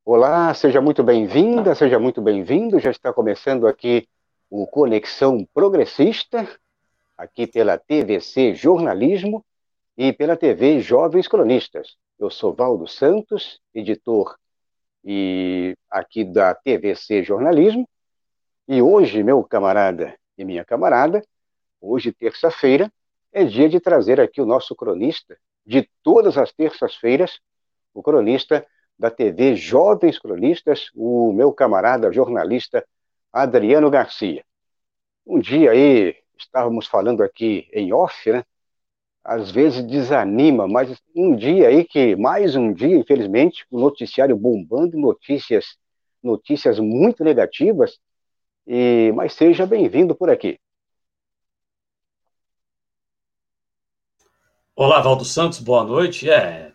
Olá, seja muito bem-vinda, seja muito bem-vindo. Já está começando aqui o Conexão Progressista, aqui pela TVC Jornalismo e pela TV Jovens Cronistas. Eu sou Valdo Santos, editor e aqui da TVC Jornalismo, e hoje, meu camarada e minha camarada, hoje, terça-feira, é dia de trazer aqui o nosso cronista de todas as terças-feiras, o cronista da TV Jovens Cronistas, o meu camarada jornalista Adriano Garcia. Um dia aí, estávamos falando aqui em off, né? Às vezes desanima, mas um dia aí que, mais um dia, infelizmente, o noticiário bombando, notícias muito negativas, mas seja bem-vindo por aqui. Olá, Valdo Santos, boa noite.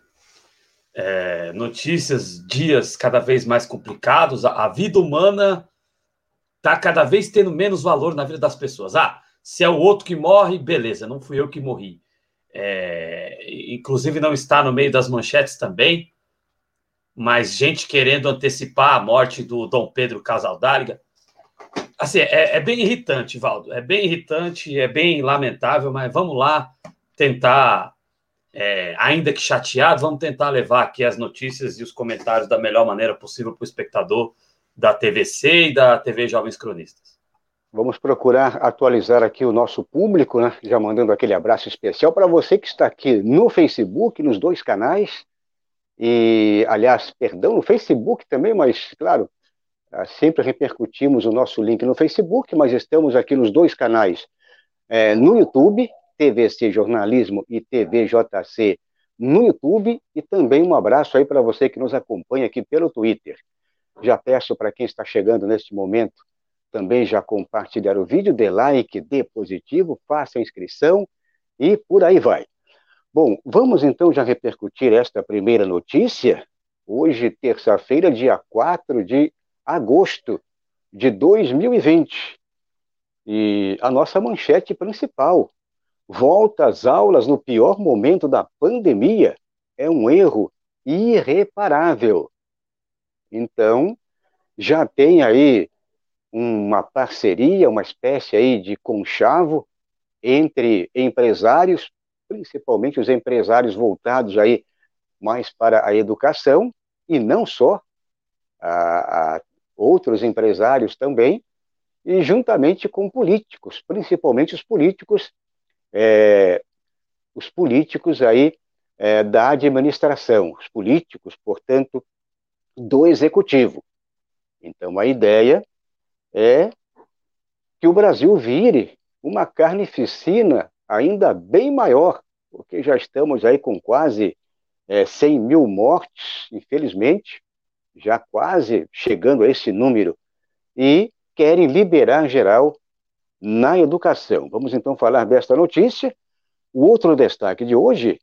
Notícias, dias cada vez mais complicados. A vida humana está cada vez tendo menos valor na vida das pessoas. Se é o outro que morre, beleza, não fui eu que morri. Inclusive não está no meio das manchetes também, mas gente querendo antecipar a morte do Dom Pedro Casaldáliga. Assim, é bem irritante, Valdo. É bem irritante, é bem lamentável, mas vamos lá tentar. Ainda que chateado, vamos tentar levar aqui as notícias e os comentários da melhor maneira possível para o espectador da TVC e da TV Jovens Cronistas. Vamos procurar atualizar aqui o nosso público, né? Já mandando aquele abraço especial para você que está aqui no Facebook, nos dois canais, e, aliás, perdão, no Facebook também, mas, claro, sempre repercutimos o nosso link no Facebook, mas estamos aqui nos dois canais, no YouTube, TVC Jornalismo e TVJC no YouTube, e também um abraço aí para você que nos acompanha aqui pelo Twitter. Já peço para quem está chegando neste momento, também já compartilhar o vídeo, dê like, dê positivo, faça a inscrição e por aí vai. Bom, vamos então já repercutir esta primeira notícia. Hoje, terça-feira, dia 4 de agosto de 2020. E a nossa manchete principal: volta às aulas no pior momento da pandemia é um erro irreparável. Então, já tem aí uma parceria, uma espécie aí de conchavo entre empresários, principalmente os empresários voltados aí mais para a educação, e não só, a outros empresários também, e juntamente com políticos, principalmente os políticos aí da administração, os políticos, portanto, do executivo. Então, a ideia é que o Brasil vire uma carnificina ainda bem maior, porque já estamos aí com quase 100 mil mortes, infelizmente, já quase chegando a esse número, e querem liberar geral na educação. Vamos então falar desta notícia. O outro destaque de hoje,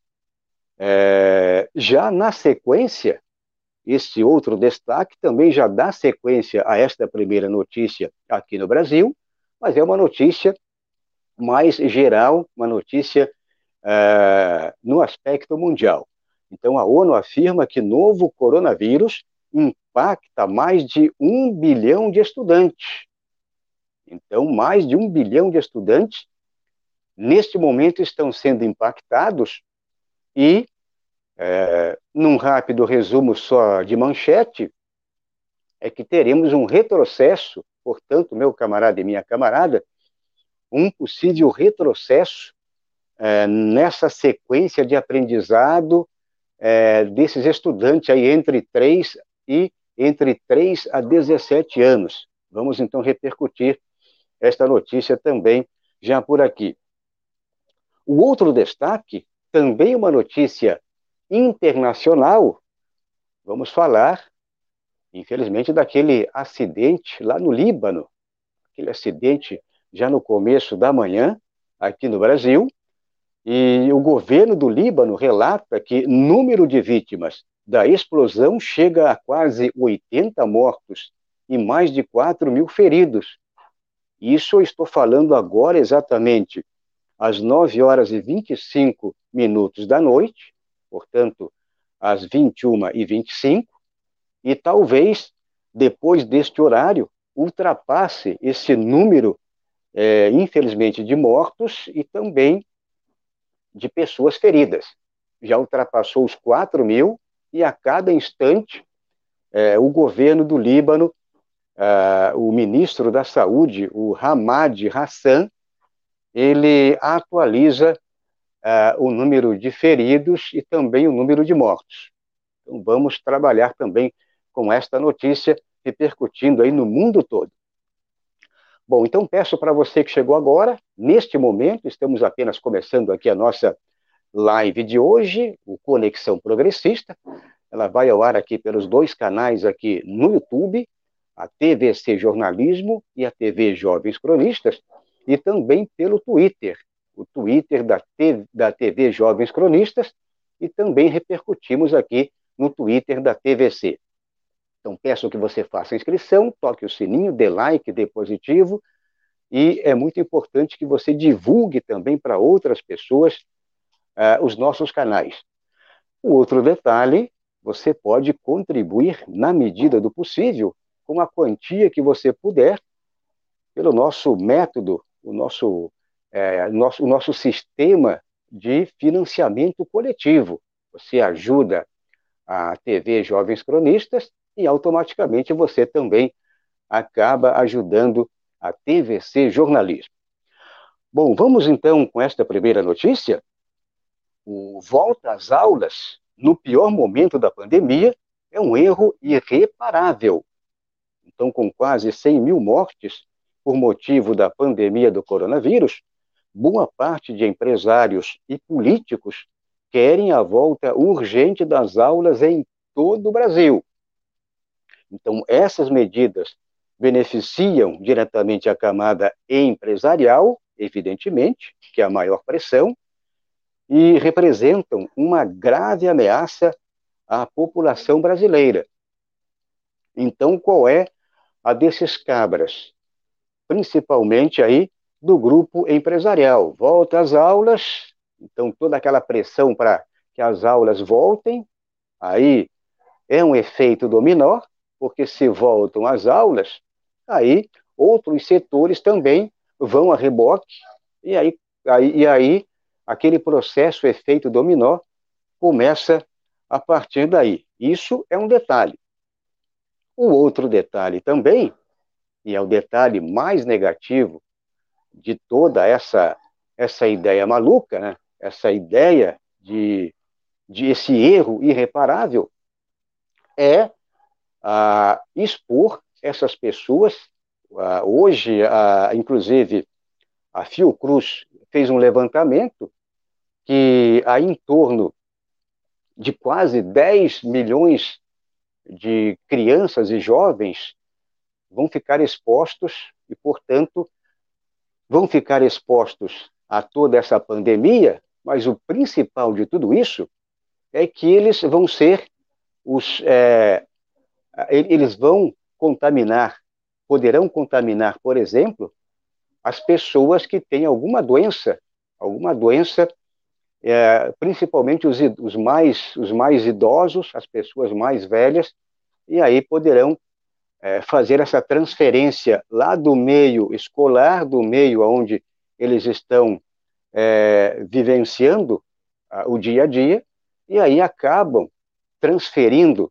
já na sequência, esse outro destaque também já dá sequência a esta primeira notícia aqui no Brasil, mas é uma notícia mais geral, uma notícia no aspecto mundial. Então, a ONU afirma que novo coronavírus impacta mais de 1 bilhão de estudantes. Então, mais de 1 bilhão de estudantes, neste momento, estão sendo impactados e, num rápido resumo só de manchete, é que teremos um retrocesso, portanto, meu camarada e minha camarada, um possível retrocesso nessa sequência de aprendizado desses estudantes aí entre 3 a 17 anos. Vamos então repercutir esta notícia também já por aqui. O outro destaque, também uma notícia internacional, vamos falar, infelizmente, daquele acidente lá no Líbano, aquele acidente já no começo da manhã, aqui no Brasil, e o governo do Líbano relata que o número de vítimas da explosão chega a quase 80 mortos e mais de 4 mil feridos. Isso eu estou falando agora exatamente às 9 horas e 25 minutos da noite, portanto, às 21h25, e talvez, depois deste horário, ultrapasse esse número, infelizmente, de mortos e também de pessoas feridas. Já ultrapassou os 4.000 e a cada instante o governo do Líbano, o ministro da Saúde, o Hamad Hassan, ele atualiza o número de feridos e também o número de mortos. Então vamos trabalhar também com esta notícia repercutindo aí no mundo todo. Bom, então peço para você que chegou agora, neste momento, estamos apenas começando aqui a nossa live de hoje, o Conexão Progressista. Ela vai ao ar aqui pelos 2 canais aqui no YouTube, a TVC Jornalismo e a TV Jovens Cronistas, e também pelo Twitter, o Twitter da TV Jovens Cronistas, e também repercutimos aqui no Twitter da TVC. Então peço que você faça a inscrição, toque o sininho, dê like, dê positivo, e é muito importante que você divulgue também para outras pessoas os nossos canais. O outro detalhe, você pode contribuir na medida do possível com a quantia que você puder pelo nosso método, o nosso sistema de financiamento coletivo. Você ajuda a TV Jovens Cronistas e automaticamente você também acaba ajudando a TVC Jornalismo. Bom, vamos então com esta primeira notícia. O volta às aulas no pior momento da pandemia é um erro irreparável. Então, com quase 100.000 mortes por motivo da pandemia do coronavírus, boa parte de empresários e políticos querem a volta urgente das aulas em todo o Brasil. Então, essas medidas beneficiam diretamente a camada empresarial, evidentemente, que é a maior pressão, e representam uma grave ameaça à população brasileira. Então, qual é a desses cabras? Principalmente aí do grupo empresarial. Volta às aulas, então toda aquela pressão para que as aulas voltem, aí é um efeito dominó, porque se voltam às aulas, aí outros setores também vão a reboque, e aí aquele processo, efeito dominó, começa a partir daí. Isso é um detalhe. O outro detalhe também, e é o detalhe mais negativo de toda essa ideia maluca, né? Essa ideia de esse erro irreparável, é expor essas pessoas. Hoje, inclusive, a Fiocruz fez um levantamento que há em torno de quase 10 milhões de crianças e jovens vão ficar expostos e, portanto, vão ficar expostos a toda essa pandemia, mas o principal de tudo isso é que eles vão ser eles vão contaminar, poderão contaminar, por exemplo, as pessoas que têm alguma doença, principalmente os mais idosos, as pessoas mais velhas, e aí poderão fazer essa transferência lá do meio escolar, do meio onde eles estão vivenciando o dia a dia, e aí acabam transferindo,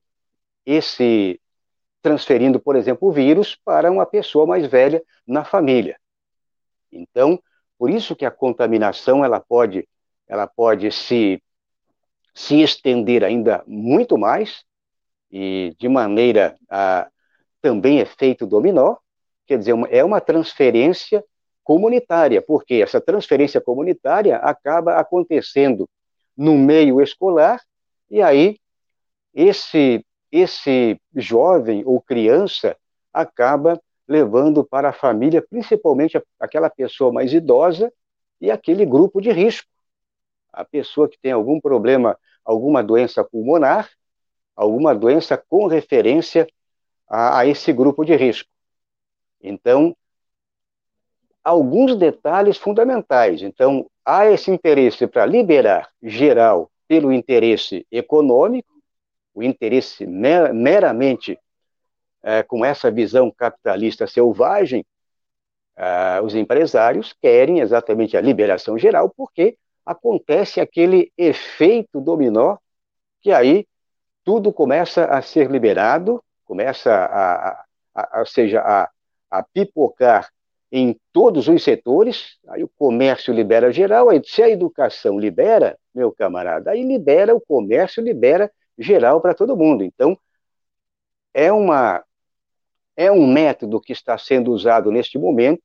por exemplo, o vírus para uma pessoa mais velha na família. Então, por isso que a contaminação ela pode se estender ainda muito mais, e de maneira também efeito dominó, quer dizer, é uma transferência comunitária, porque essa transferência comunitária acaba acontecendo no meio escolar, e aí esse jovem ou criança acaba levando para a família, principalmente aquela pessoa mais idosa e aquele grupo de risco. A pessoa que tem algum problema, alguma doença pulmonar, alguma doença com referência a esse grupo de risco. Então, alguns detalhes fundamentais. Então, há esse interesse para liberar geral pelo interesse econômico, o interesse meramente com essa visão capitalista selvagem, os empresários querem exatamente a liberação geral, porque acontece aquele efeito dominó, que aí tudo começa a ser liberado, começa ou seja, a pipocar em todos os setores, aí o comércio libera geral, aí se a educação libera, meu camarada, aí libera o comércio, libera geral para todo mundo. Então, é um método que está sendo usado neste momento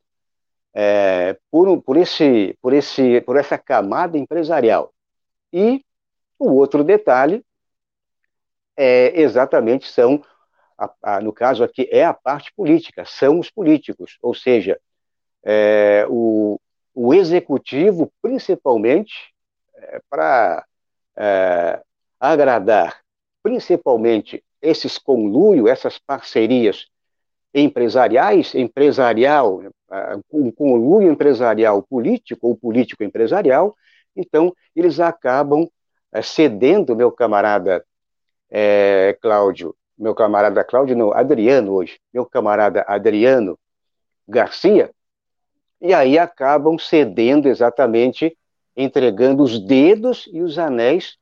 por essa camada empresarial. E o outro detalhe exatamente no caso aqui, é a parte política, são os políticos, ou seja, o executivo, principalmente, para agradar, principalmente, esses conluios, essas parcerias um conluio empresarial político ou político empresarial, então eles acabam cedendo, Adriano hoje, meu camarada Adriano Garcia, e aí acabam cedendo exatamente, entregando os dedos e os anéis,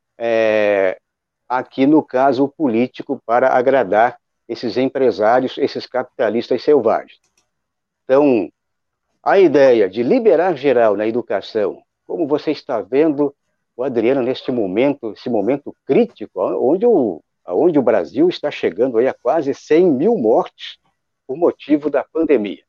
aqui no caso político, para agradar esses empresários, esses capitalistas selvagens. Então, a ideia de liberar geral na educação, como você está vendo o Adriano neste momento, esse momento crítico, onde o Brasil está chegando aí a quase 100 mil mortes por motivo da pandemia.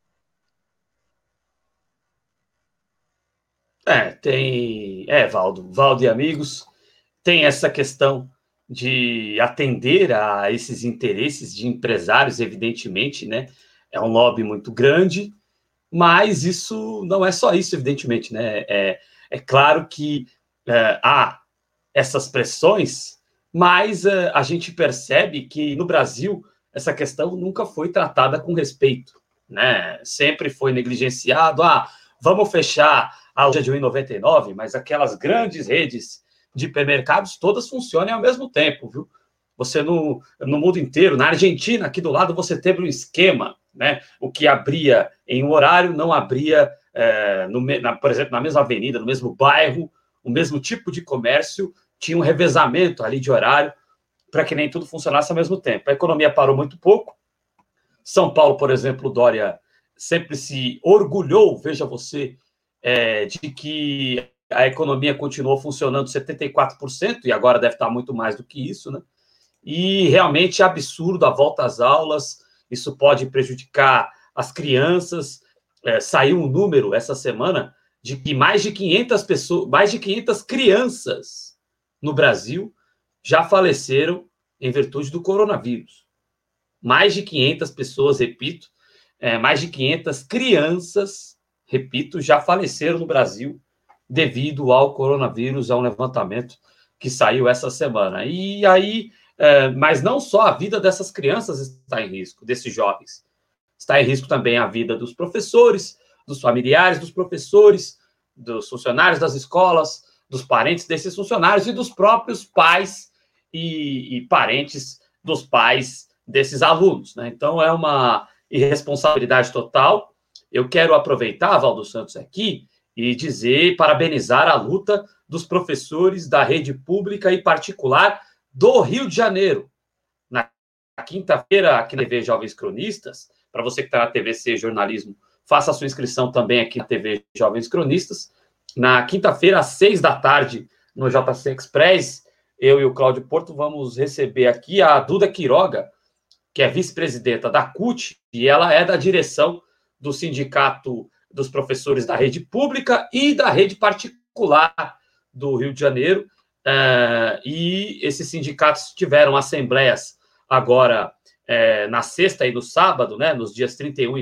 Valdo e amigos, tem essa questão de atender a esses interesses de empresários, evidentemente, né? É um lobby muito grande, mas isso não é só isso, evidentemente, né? É claro que há essas pressões, mas a gente percebe que no Brasil essa questão nunca foi tratada com respeito, né? Sempre foi negligenciado. Vamos fechar a loja de R$1,99, mas aquelas grandes redes de hipermercados todas funcionam ao mesmo tempo, viu? Você no mundo inteiro, na Argentina, aqui do lado, você teve um esquema, né? O que abria em um horário não abria, por exemplo, na mesma avenida, no mesmo bairro, o mesmo tipo de comércio, tinha um revezamento ali de horário para que nem tudo funcionasse ao mesmo tempo. A economia parou muito pouco. São Paulo, por exemplo, Dória sempre se orgulhou, veja você, de que a economia continuou funcionando 74%, e agora deve estar muito mais do que isso, né? E realmente é absurdo a volta às aulas, isso pode prejudicar as crianças. Saiu um número essa semana de que mais de 500 crianças no Brasil já faleceram em virtude do coronavírus. Mais de 500 pessoas, repito, mais de 500 crianças, repito, já faleceram no Brasil devido ao coronavírus, a um levantamento que saiu essa semana. E aí, mas não só a vida dessas crianças está em risco, desses jovens. Está em risco também a vida dos professores, dos familiares dos professores, dos funcionários das escolas, dos parentes desses funcionários e dos próprios pais e parentes dos pais desses alunos, né? Então, é uma irresponsabilidade total. Eu quero aproveitar, Valdo Santos, aqui e dizer, parabenizar a luta dos professores da rede pública e particular do Rio de Janeiro. Na quinta-feira, aqui na TV Jovens Cronistas, para você que está na TVC Jornalismo, faça a sua inscrição também aqui na TV Jovens Cronistas. Na quinta-feira, às 6 da tarde, no JC Express, eu e o Cláudio Porto vamos receber aqui a Duda Quiroga, que é vice-presidenta da CUT, e ela é da direção do Sindicato dos Professores da Rede Pública e da Rede Particular do Rio de Janeiro. E esses sindicatos tiveram assembleias agora na sexta e no sábado, né, nos dias 31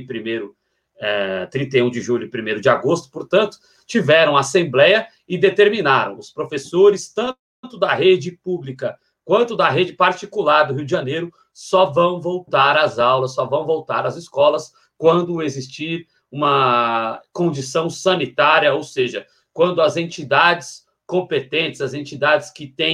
de julho e 1º de agosto, portanto, tiveram assembleia e determinaram os professores, tanto da rede pública quanto da rede particular do Rio de Janeiro, só vão voltar às aulas, só vão voltar às escolas quando existir uma condição sanitária, ou seja, quando as entidades competentes, as entidades que têm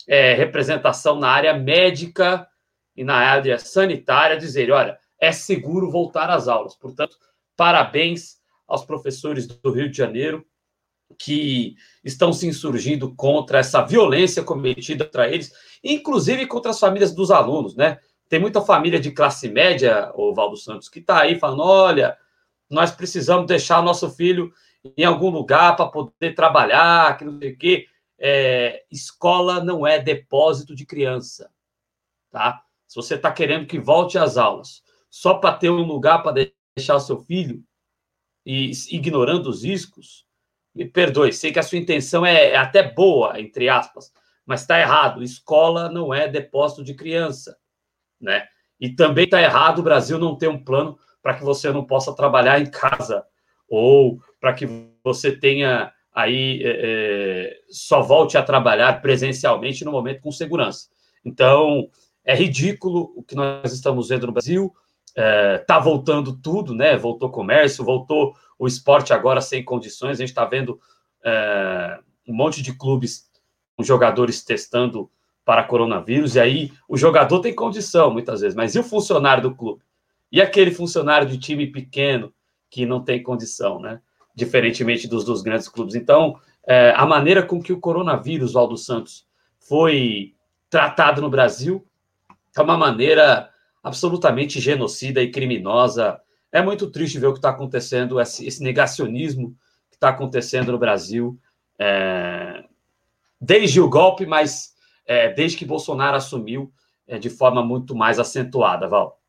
representação na área médica e na área sanitária, dizerem, olha, é seguro voltar às aulas. Portanto, parabéns aos professores do Rio de Janeiro que estão se insurgindo contra essa violência cometida contra eles, inclusive contra as famílias dos alunos, né? Tem muita família de classe média, o Valdo Santos, que está aí falando, olha, nós precisamos deixar nosso filho em algum lugar para poder trabalhar, que não sei o quê. Escola não é depósito de criança, tá? Se você está querendo que volte às aulas só para ter um lugar para deixar o seu filho e ignorando os riscos, me perdoe, sei que a sua intenção é até boa, entre aspas, mas está errado. Escola não é depósito de criança, né? E também está errado o Brasil não ter um plano para que você não possa trabalhar em casa ou para que você tenha aí só volte a trabalhar presencialmente no momento com segurança. Então, é ridículo o que nós estamos vendo no Brasil. Está voltando tudo, né? Voltou comércio, voltou o esporte agora sem condições. A gente está vendo um monte de clubes com jogadores testando para coronavírus, e aí o jogador tem condição, muitas vezes, mas e o funcionário do clube? E aquele funcionário de time pequeno que não tem condição, né? Diferentemente dos grandes clubes. Então, a maneira com que o coronavírus, Valdo Santos, foi tratado no Brasil é uma maneira absolutamente genocida e criminosa. É muito triste ver o que está acontecendo, esse negacionismo que está acontecendo no Brasil, desde o golpe, mas desde que Bolsonaro assumiu de forma muito mais acentuada, Val.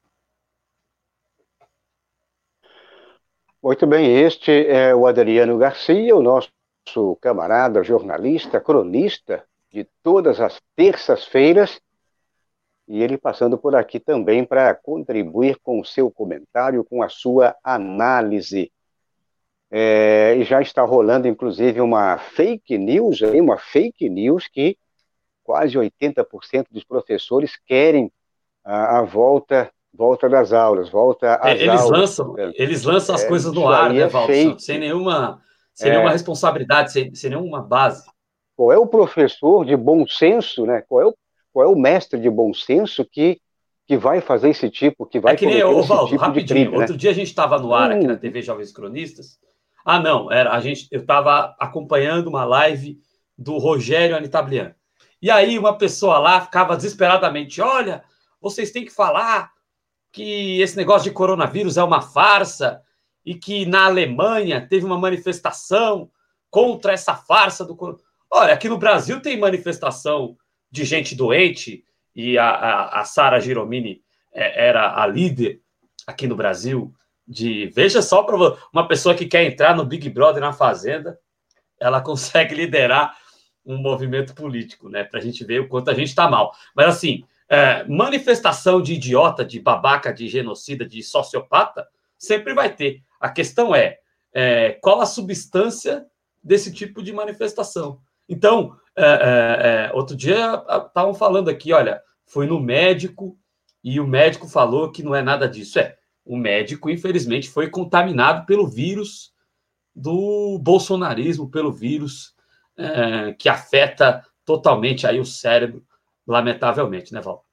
Muito bem, este é o Adriano Garcia, o nosso camarada, jornalista, cronista de todas as terças-feiras, e ele passando por aqui também para contribuir com o seu comentário, com a sua análise. E já está rolando, inclusive, uma fake news que quase 80% dos professores querem a volta das aulas, volta às aulas. Eles lançam as coisas no ar, né, Valdo Santos? Sem nenhuma responsabilidade, sem nenhuma base. Qual é o professor de bom senso, né? Qual é o mestre de bom senso que vai fazer esse tipo, que vai cometer esse Valdo, tipo rapidinho, de crime, né? Outro dia a gente estava no ar aqui na TV Jovens Cronistas. Não, eu estava acompanhando uma live do Rogério Anitablian. E aí uma pessoa lá ficava desesperadamente, olha, vocês têm que falar que esse negócio de coronavírus é uma farsa e que na Alemanha teve uma manifestação contra essa farsa do coronavírus. Olha, aqui no Brasil tem manifestação de gente doente e a Sara Giromini era a líder aqui no Brasil veja só para uma pessoa que quer entrar no Big Brother na Fazenda, ela consegue liderar um movimento político, né? Para a gente ver o quanto a gente está mal. Mas assim, manifestação de idiota, de babaca, de genocida, de sociopata, sempre vai ter. A questão qual a substância desse tipo de manifestação. Então, outro dia estavam falando aqui, olha, foi no médico e o médico falou que não é nada disso. O médico, infelizmente, foi contaminado pelo vírus do bolsonarismo, pelo vírus que afeta totalmente aí o cérebro, lamentavelmente, né, Val?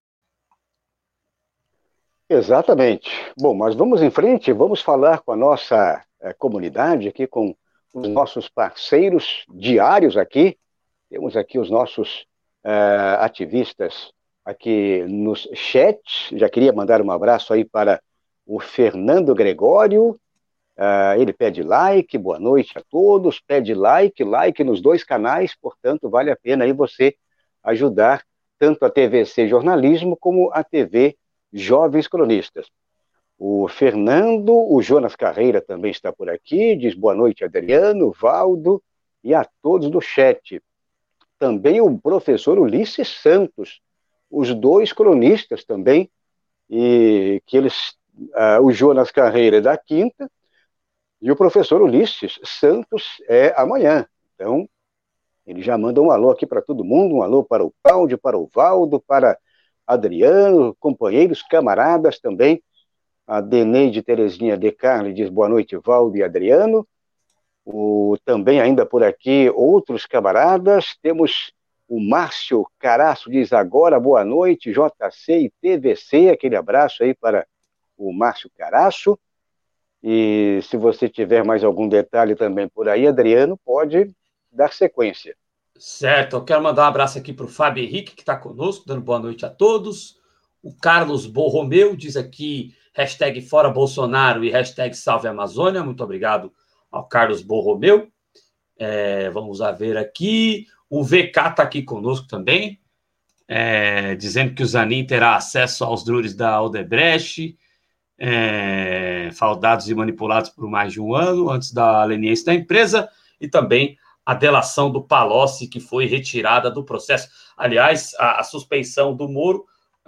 Exatamente. Bom, mas vamos em frente, vamos falar com a nossa comunidade aqui, com os nossos parceiros diários aqui. Temos aqui os nossos ativistas aqui nos chats. Já queria mandar um abraço aí para o Fernando Gregório. Ele pede like, boa noite a todos, pede like nos dois canais, portanto, vale a pena aí você ajudar tanto a TVC Jornalismo como a TV Jovens Cronistas. O Fernando, o Jonas Carreira também está por aqui, diz boa noite, Adriano, Valdo e a todos do chat. Também o professor Ulisses Santos, os dois cronistas também, e que o Jonas Carreira é da quinta, e o professor Ulisses Santos é amanhã. Então, ele já manda um alô aqui para todo mundo, um alô para o Cláudio, para o Valdo, para Adriano, companheiros, camaradas também. A Deneide Terezinha de Carli diz boa noite, Valdo e Adriano. Também ainda por aqui outros camaradas. Temos O Márcio Caraço diz agora, boa noite, JC e TVC, aquele abraço aí para o Márcio Caraço. E se você tiver mais algum detalhe também por aí, Adriano, pode dar sequência. Certo, eu quero mandar um abraço aqui para o Fábio Henrique, que está conosco, dando boa noite a todos. O Carlos Borromeu diz aqui, hashtag Fora Bolsonaro e hashtag Salve Amazônia. Muito obrigado ao Carlos Borromeu. Vamos ver aqui. O VK está aqui conosco também, dizendo que o Zanin terá acesso aos drures da Odebrecht, fraudados e manipulados por mais de um ano, antes da leniência da empresa, e também a delação do Palocci, que foi retirada do processo. Aliás, a suspeição do Moro,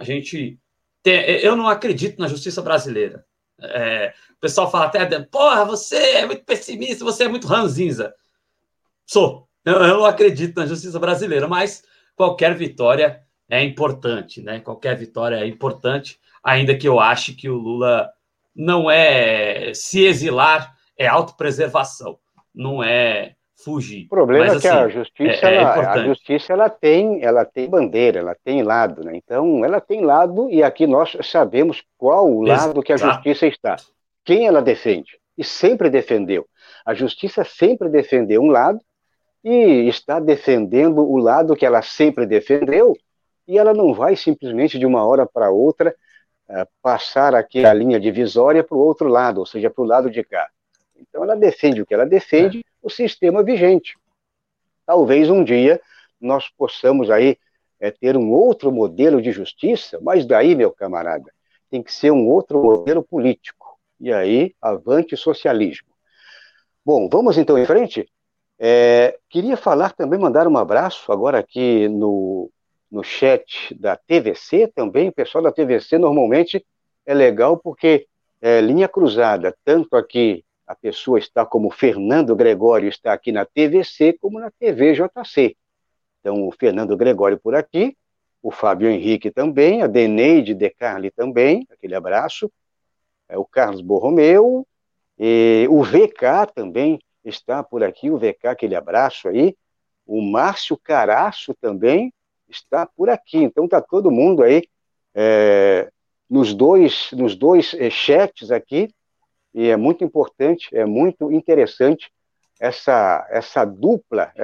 eu não acredito na justiça brasileira. O pessoal fala até, porra, você é muito pessimista, você é muito ranzinza. Eu não acredito na justiça brasileira, mas qualquer vitória é importante, né? Qualquer vitória é importante, ainda que eu ache que o Lula não se exilar é autopreservação, não é fugir. O problema mas, é que assim, a justiça ela tem bandeira, ela tem lado, né? Então ela tem lado e aqui nós sabemos qual o lado que a justiça está, quem ela defende e sempre defendeu. A justiça sempre defendeu um lado e está defendendo o lado que ela sempre defendeu, e ela não vai simplesmente de uma hora para outra passar aqui a linha divisória para o outro lado, ou seja, para o lado de cá. Então ela defende o que ela defende, o sistema vigente. Talvez um dia nós possamos aí ter um outro modelo de justiça, mas daí, meu camarada, tem que ser um outro modelo político. E aí, avante socialismo. Bom, vamos então em frente? Queria falar também, mandar um abraço agora aqui no chat da TVC também. O pessoal da TVC normalmente é legal porque linha cruzada, tanto aqui a pessoa está como Fernando Gregório está aqui na TVC como na TVJC. Então o Fernando Gregório por aqui, o Fábio Henrique também, a Deneide De Carli também, aquele abraço, o Carlos Borromeu, e o VK também está por aqui, o VK, aquele abraço aí. O Márcio Caraço também está por aqui. Então está todo mundo aí nos dois chats aqui, e é muito importante, é muito interessante essa dupla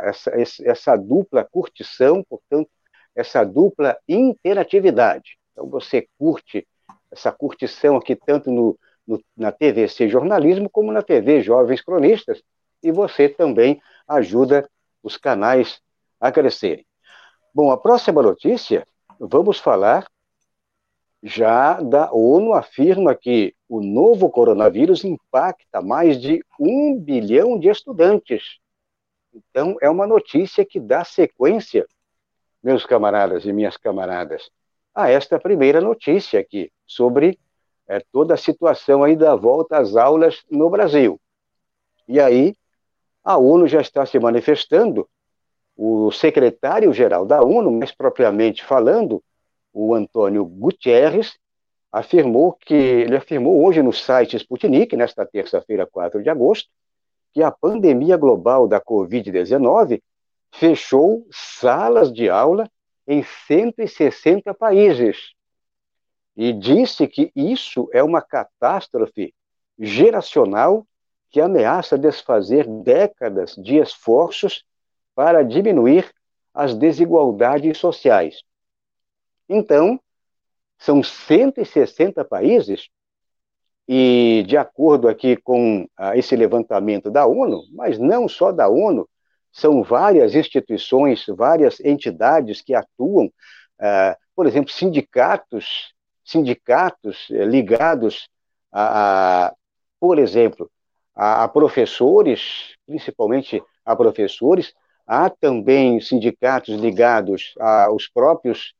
curtição, portanto, essa dupla interatividade. Então você curte essa curtição aqui tanto na TVC Jornalismo, como na TV Jovens Cronistas, e você também ajuda os canais a crescerem. Bom, a próxima notícia, vamos falar já da ONU, afirma que o novo coronavírus impacta mais de 1 bilhão de estudantes. Então, é uma notícia que dá sequência, meus camaradas e minhas camaradas, a esta primeira notícia aqui, sobre toda a situação aí da volta às aulas no Brasil. E aí, a ONU já está se manifestando, o secretário-geral da ONU, mais propriamente falando, o Antônio Guterres, ele afirmou hoje no site Sputnik, nesta terça-feira, 4 de agosto, que a pandemia global da Covid-19 fechou salas de aula em 160 países. E disse que isso é uma catástrofe geracional que ameaça desfazer décadas de esforços para diminuir as desigualdades sociais. Então, são 160 países, e de acordo aqui com esse levantamento da ONU, mas não só da ONU, são várias instituições, várias entidades que atuam, por exemplo, sindicatos ligados por exemplo, a professores, principalmente a professores. Há também sindicatos ligados aos próprios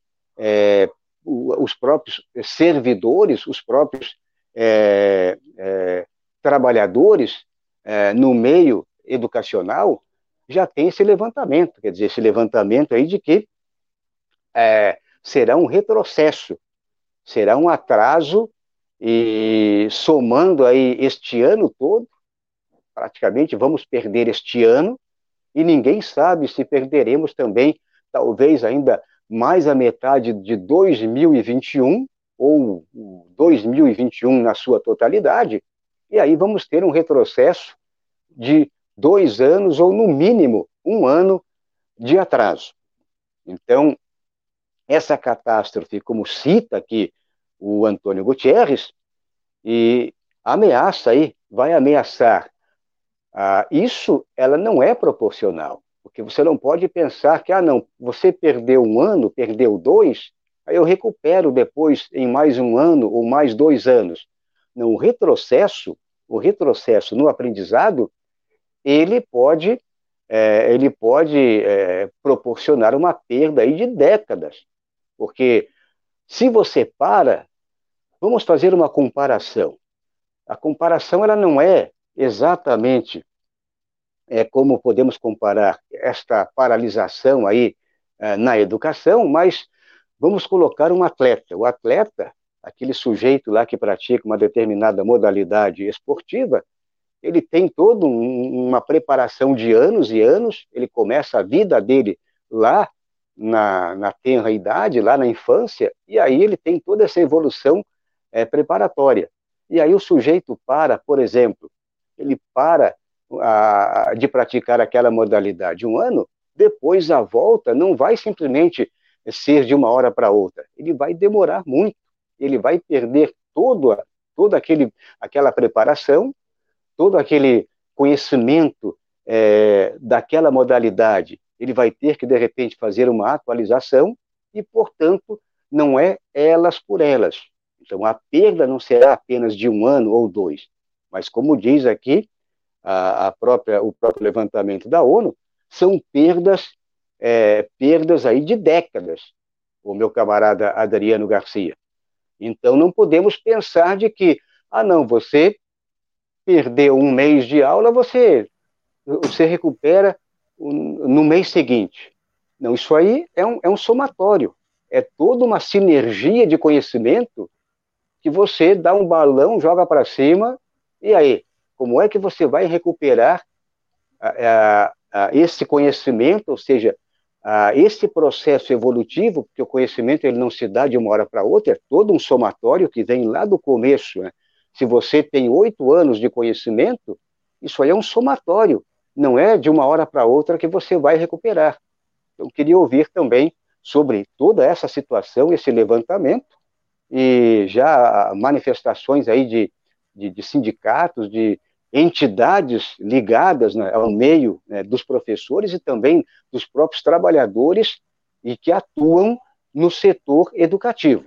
servidores, os próprios trabalhadores no meio educacional. Já tem esse levantamento, quer dizer, esse levantamento aí de que será um retrocesso, será um atraso, e somando aí este ano todo, praticamente vamos perder este ano, e ninguém sabe se perderemos também talvez ainda mais a metade de 2021, ou 2021 na sua totalidade, e aí vamos ter um retrocesso de 2 anos, ou no mínimo 1 ano de atraso. Então, essa catástrofe, como cita aqui o Antônio Gutierrez, e ameaça aí, vai ameaçar. Isso, ela não é proporcional, porque você não pode pensar que, não, você perdeu 1 ano, perdeu 2, aí eu recupero depois em mais 1 ano ou mais 2 anos. Não, o retrocesso no aprendizado, ele pode proporcionar uma perda aí de décadas, porque se você para, vamos fazer uma comparação. A comparação, ela não é exatamente como podemos comparar esta paralisação aí na educação, mas vamos colocar um atleta. O atleta, aquele sujeito lá que pratica uma determinada modalidade esportiva, ele tem toda uma preparação de anos e anos, ele começa a vida dele lá na tenra idade, lá na infância, e aí ele tem toda essa evolução preparatória. E aí o sujeito para, por exemplo, ele para de praticar aquela modalidade 1 ano, depois a volta não vai simplesmente ser de uma hora para outra, ele vai demorar muito, ele vai perder toda aquela preparação, todo aquele conhecimento daquela modalidade, ele vai ter que, de repente, fazer uma atualização e, portanto, não é elas por elas. Então, a perda não será apenas de 1 ano ou 2, mas, como diz aqui o próprio levantamento da ONU, são perdas aí de décadas, o meu camarada Adriano Garcia. Então, não podemos pensar de que, não, você perdeu 1 mês de aula, você recupera no mês seguinte. Não, isso aí é um somatório, é toda uma sinergia de conhecimento que você dá um balão, joga para cima, e aí, como é que você vai recuperar esse conhecimento, ou seja, esse processo evolutivo, porque o conhecimento ele não se dá de uma hora para outra, é todo um somatório que vem lá do começo, né? Se você tem 8 anos de conhecimento, isso aí é um somatório, não é de uma hora para outra que você vai recuperar. Eu queria ouvir também sobre toda essa situação, esse levantamento, e já manifestações aí de sindicatos, de entidades ligadas, né, ao meio, né, dos professores e também dos próprios trabalhadores e que atuam no setor educativo.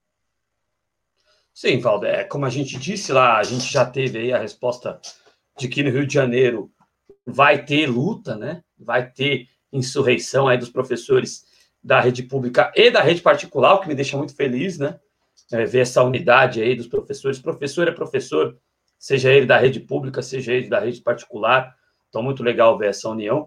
Sim, Valdo, como a gente disse lá, a gente já teve aí a resposta de que no Rio de Janeiro vai ter luta, né? Vai ter insurreição aí dos professores da rede pública e da rede particular, o que me deixa muito feliz, né? Ver essa unidade aí dos professores. Professor é professor, seja ele da rede pública, seja ele da rede particular. Então, muito legal ver essa união.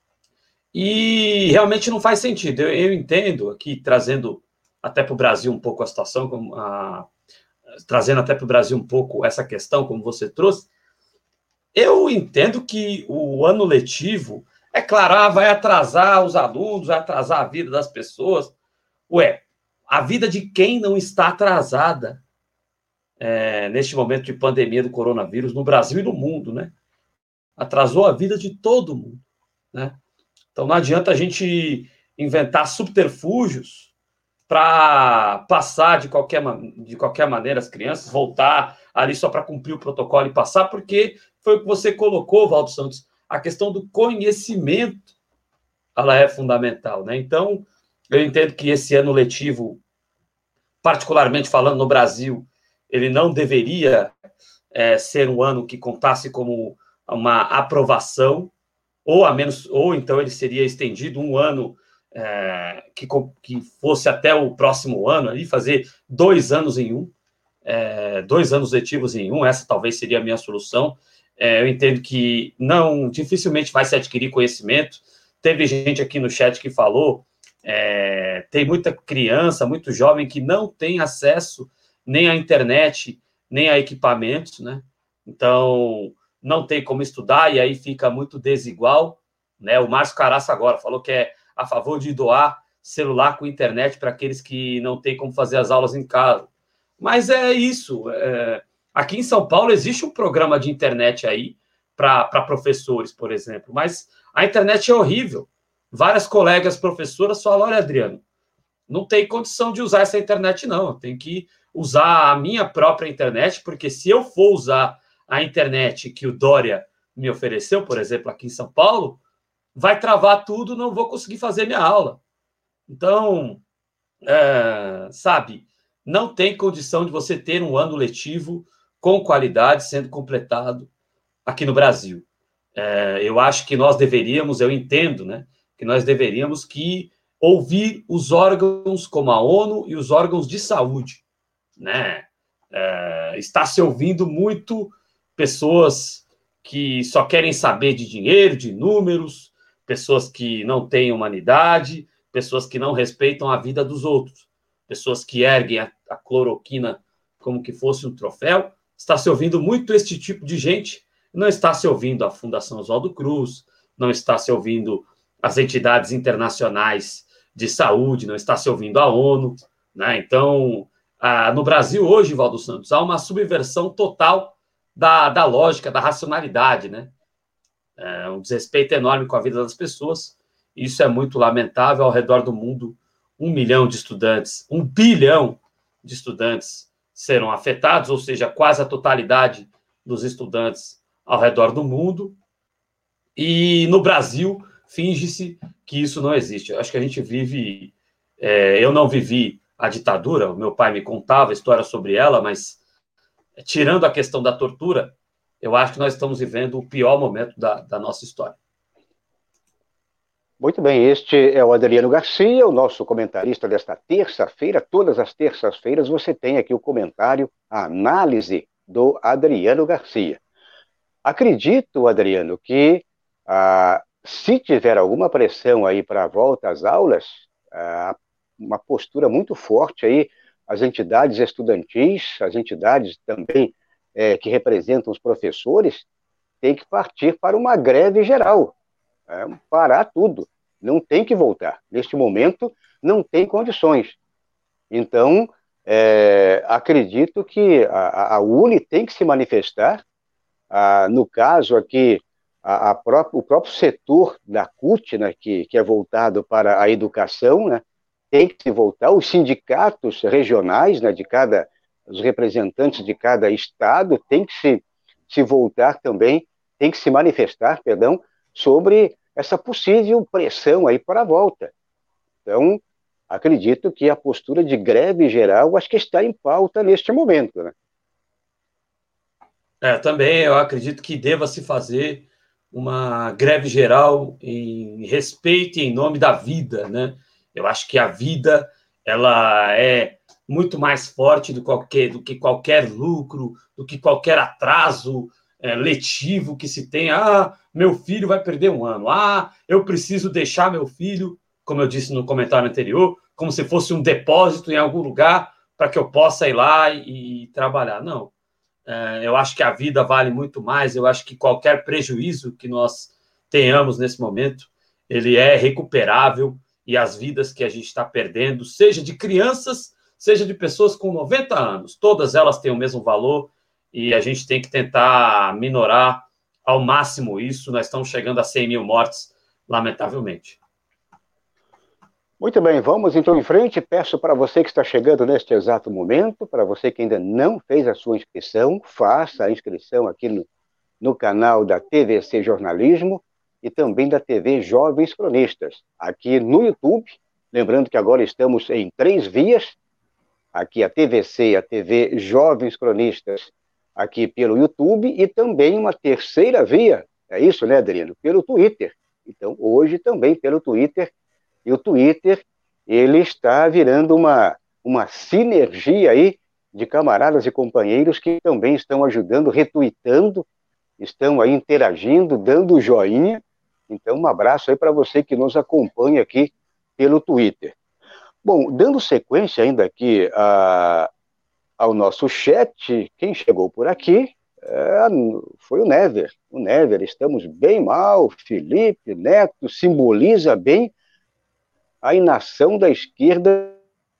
E realmente não faz sentido. Eu entendo aqui, trazendo até para o Brasil um pouco a situação, trazendo até para o Brasil um pouco essa questão, como você trouxe. Eu entendo que o ano letivo, é claro, vai atrasar os alunos, vai atrasar a vida das pessoas. A vida de quem não está atrasada neste momento de pandemia do coronavírus no Brasil e no mundo, né? Atrasou a vida de todo mundo, né? Então não adianta a gente inventar subterfúgios para passar de qualquer maneira as crianças, voltar ali só para cumprir o protocolo e passar, porque foi o que você colocou, Valdo Santos, a questão do conhecimento, ela é fundamental, né? Então, eu entendo que esse ano letivo, particularmente falando no Brasil, ele não deveria ser um ano que contasse como uma aprovação, ou então ele seria estendido 1 ano que fosse até o próximo ano, ali, fazer 2 anos em 1, 2 anos letivos em 1, essa talvez seria a minha solução. Eu entendo que dificilmente vai se adquirir conhecimento. Teve gente aqui no chat que falou, tem muita criança, muito jovem que não tem acesso nem à internet, nem a equipamentos, né? Então, não tem como estudar e aí fica muito desigual, né? O Márcio Caraça agora falou que a favor de doar celular com internet para aqueles que não têm como fazer as aulas em casa. Mas é isso. Aqui em São Paulo existe um programa de internet aí para professores, por exemplo, mas a internet é horrível. Várias colegas professoras falam, olha, Adriano, não tem condição de usar essa internet, não. Eu tenho que usar a minha própria internet, porque se eu for usar a internet que o Dória me ofereceu, por exemplo, aqui em São Paulo, vai travar tudo, não vou conseguir fazer minha aula. Então, sabe, não tem condição de você ter um ano letivo com qualidade sendo completado aqui no Brasil. Eu acho que nós deveríamos, eu entendo, né, que nós deveríamos ouvir os órgãos como a ONU e os órgãos de saúde, né? Está se ouvindo muito pessoas que só querem saber de dinheiro, de números, pessoas que não têm humanidade, pessoas que não respeitam a vida dos outros, pessoas que erguem a cloroquina como que fosse um troféu. Está se ouvindo muito este tipo de gente, não está se ouvindo a Fundação Oswaldo Cruz, não está se ouvindo as entidades internacionais de saúde, não está se ouvindo a ONU, né? Então, no Brasil hoje, Valdo Santos, há uma subversão total da lógica, da racionalidade, né? Um desrespeito enorme com a vida das pessoas. Isso é muito lamentável. Ao redor do mundo, 1 milhão de estudantes, 1 bilhão de estudantes serão afetados, ou seja, quase a totalidade dos estudantes ao redor do mundo. E no Brasil, finge-se que isso não existe. Eu acho que a gente vive... eu não vivi a ditadura, o meu pai me contava histórias sobre ela, mas tirando a questão da tortura, eu acho que nós estamos vivendo o pior momento da nossa história. Muito bem, este é o Adriano Garcia, o nosso comentarista desta terça-feira. Todas as terças-feiras você tem aqui o comentário, a análise do Adriano Garcia. Acredito, Adriano, que se tiver alguma pressão aí para a volta às aulas, uma postura muito forte aí, as entidades estudantis, as entidades também que representam os professores, tem que partir para uma greve geral, parar tudo, não tem que voltar. Neste momento, não tem condições. Então, acredito que a UNE tem que se manifestar. No caso aqui, o próprio setor da CUT, né, que é voltado para a educação, né, tem que se voltar, os sindicatos regionais, né, os representantes de cada estado têm que se voltar também, tem que se manifestar, perdão, sobre essa possível pressão aí para a volta. Então, acredito que a postura de greve geral, acho que está em pauta neste momento, né? Também eu acredito que deva se fazer uma greve geral em respeito e em nome da vida, né? Eu acho que a vida, ela é muito mais forte do que qualquer lucro, do que qualquer atraso letivo que se tenha. Meu filho vai perder um ano. Eu preciso deixar meu filho, como eu disse no comentário anterior, como se fosse um depósito em algum lugar para que eu possa ir lá e trabalhar. Não. Eu acho que a vida vale muito mais. Eu acho que qualquer prejuízo que nós tenhamos nesse momento, ele é recuperável, e as vidas que a gente está perdendo, seja de crianças, seja de pessoas com 90 anos, todas elas têm o mesmo valor, e a gente tem que tentar minorar ao máximo isso. Nós estamos chegando a 100 mil mortes, lamentavelmente. Muito bem, vamos então em frente. Peço para você que está chegando neste exato momento, para você que ainda não fez a sua inscrição, faça a inscrição aqui no canal da TVC Jornalismo e também da TV Jovens Cronistas, aqui no YouTube. Lembrando que agora estamos em 3 vias, aqui a TVC e a TV Jovens Cronistas, aqui pelo YouTube, e também uma terceira via, é isso, né, Adriano? Pelo Twitter. Então, hoje também pelo Twitter. E o Twitter, ele está virando uma sinergia aí de camaradas e companheiros que também estão ajudando, retweetando, estão aí interagindo, dando joinha. Então, um abraço aí para você que nos acompanha aqui pelo Twitter. Bom, dando sequência ainda aqui ao nosso chat, quem chegou por aqui foi o Never. O Never, estamos bem mal, Felipe Neto simboliza bem a inação da esquerda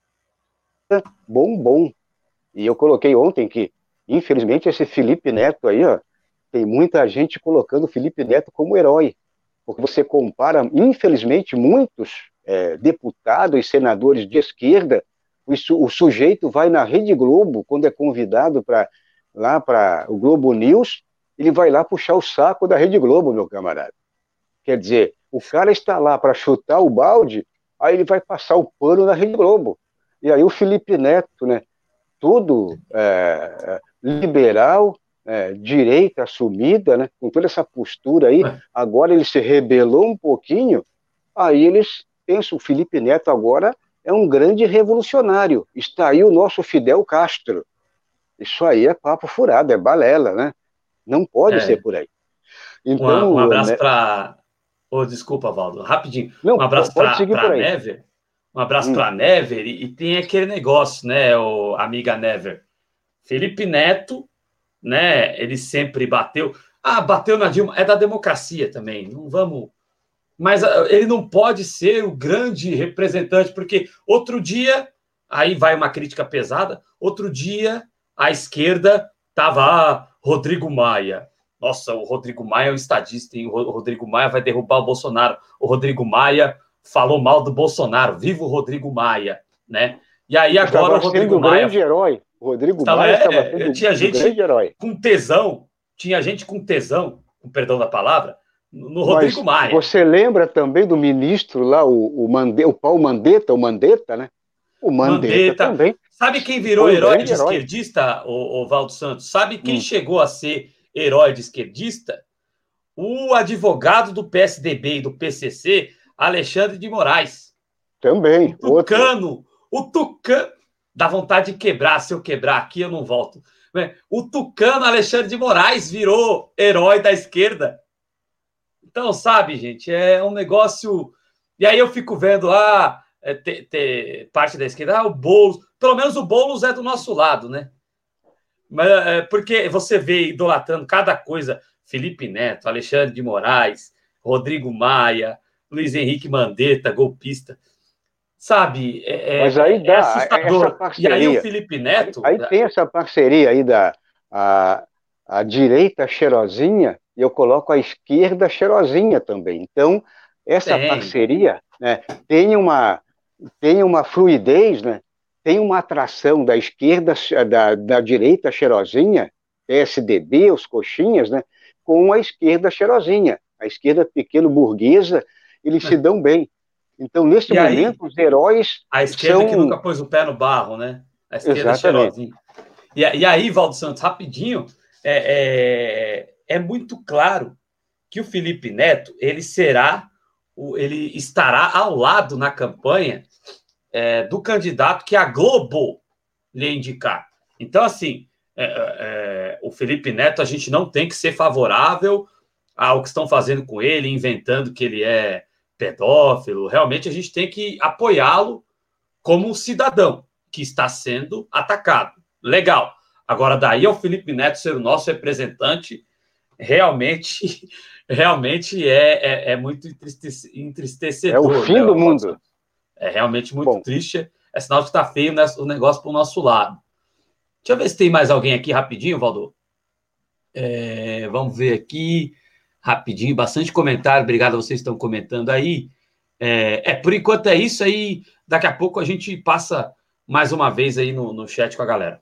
bombom. E eu coloquei ontem que, infelizmente, esse Felipe Neto aí, ó, tem muita gente colocando o Felipe Neto como herói, porque você compara, infelizmente, muitos deputados e senadores de esquerda, o sujeito vai na Rede Globo, quando é convidado lá para o Globo News, ele vai lá puxar o saco da Rede Globo, meu camarada. Quer dizer, o cara está lá para chutar o balde, aí ele vai passar o pano na Rede Globo. E aí o Felipe Neto, né, tudo liberal, direita assumida, né, com toda essa postura aí, agora ele se rebelou um pouquinho, aí eles pensam, o Felipe Neto agora é um grande revolucionário, está aí o nosso Fidel Castro. Isso aí é papo furado, é balela, né? Não pode ser por aí. Então, um abraço para... Oh, desculpa, Valdo, rapidinho. não, Um abraço pode seguir para por a aí. Never. Um abraço para a Never. E tem aquele negócio, né, amiga Never? Felipe Neto, né, ele sempre bateu. Bateu na Dilma. É da democracia também. Não vamos... Mas ele não pode ser o grande representante, porque outro dia, aí vai uma crítica pesada, outro dia a esquerda estava Rodrigo Maia. Nossa, o Rodrigo Maia é um estadista, hein? O Rodrigo Maia vai derrubar o Bolsonaro. O Rodrigo Maia falou mal do Bolsonaro. Viva o Rodrigo Maia, né? E aí agora o Rodrigo Maia... grande herói. O Rodrigo Maia estava sendo tinha gente grande herói. Com tesão, com perdão da palavra, no Rodrigo Maia. Você lembra também do ministro lá, o Paulo Mandetta, né? O Mandetta também. Sabe quem virou herói de esquerdista, o Valdo Santos? Sabe quem chegou a ser herói de esquerdista? O advogado do PSDB e do PCC, Alexandre de Moraes. Também. O Tucano, dá vontade de quebrar. Se eu quebrar aqui, eu não volto. O Tucano Alexandre de Moraes virou herói da esquerda. Então, sabe, gente, é um negócio... E aí eu fico vendo, parte da esquerda, o Boulos... Pelo menos o Boulos é do nosso lado, né? Mas, porque você vê idolatrando cada coisa... Felipe Neto, Alexandre de Moraes, Rodrigo Maia, Luiz Henrique Mandetta, golpista. Sabe? Mas aí dá assustador. essa parceria. E aí o Felipe Neto... Aí tem essa parceria aí a direita cheirosinha, e eu coloco a esquerda cheirosinha também. Então, essa parceria, né, tem uma fluidez, né, tem uma atração da esquerda, da direita cheirosinha, PSDB, os coxinhas, né, com a esquerda cheirosinha. A esquerda pequeno-burguesa, eles se dão bem. Então, nesse momento, os heróis a esquerda que nunca pôs o pé no barro, né? A esquerda cheirosinha. E aí, Valdo Santos, rapidinho, é muito claro que o Felipe Neto, ele estará ao lado na campanha do candidato que a Globo lhe indicar. Então, assim, o Felipe Neto, a gente não tem que ser favorável ao que estão fazendo com ele, inventando que ele é pedófilo. Realmente, a gente tem que apoiá-lo como um cidadão que está sendo atacado. Legal. Agora, daí ao Felipe Neto ser o nosso representante, realmente é muito entristecedor. É o fim do mundo. É realmente muito triste. É sinal de que está feio o negócio para o nosso lado. Deixa eu ver se tem mais alguém aqui rapidinho, Valdo. Vamos ver aqui rapidinho. Bastante comentário. Obrigado a vocês que estão comentando aí. Por enquanto é isso aí. Daqui a pouco a gente passa mais uma vez aí no chat com a galera.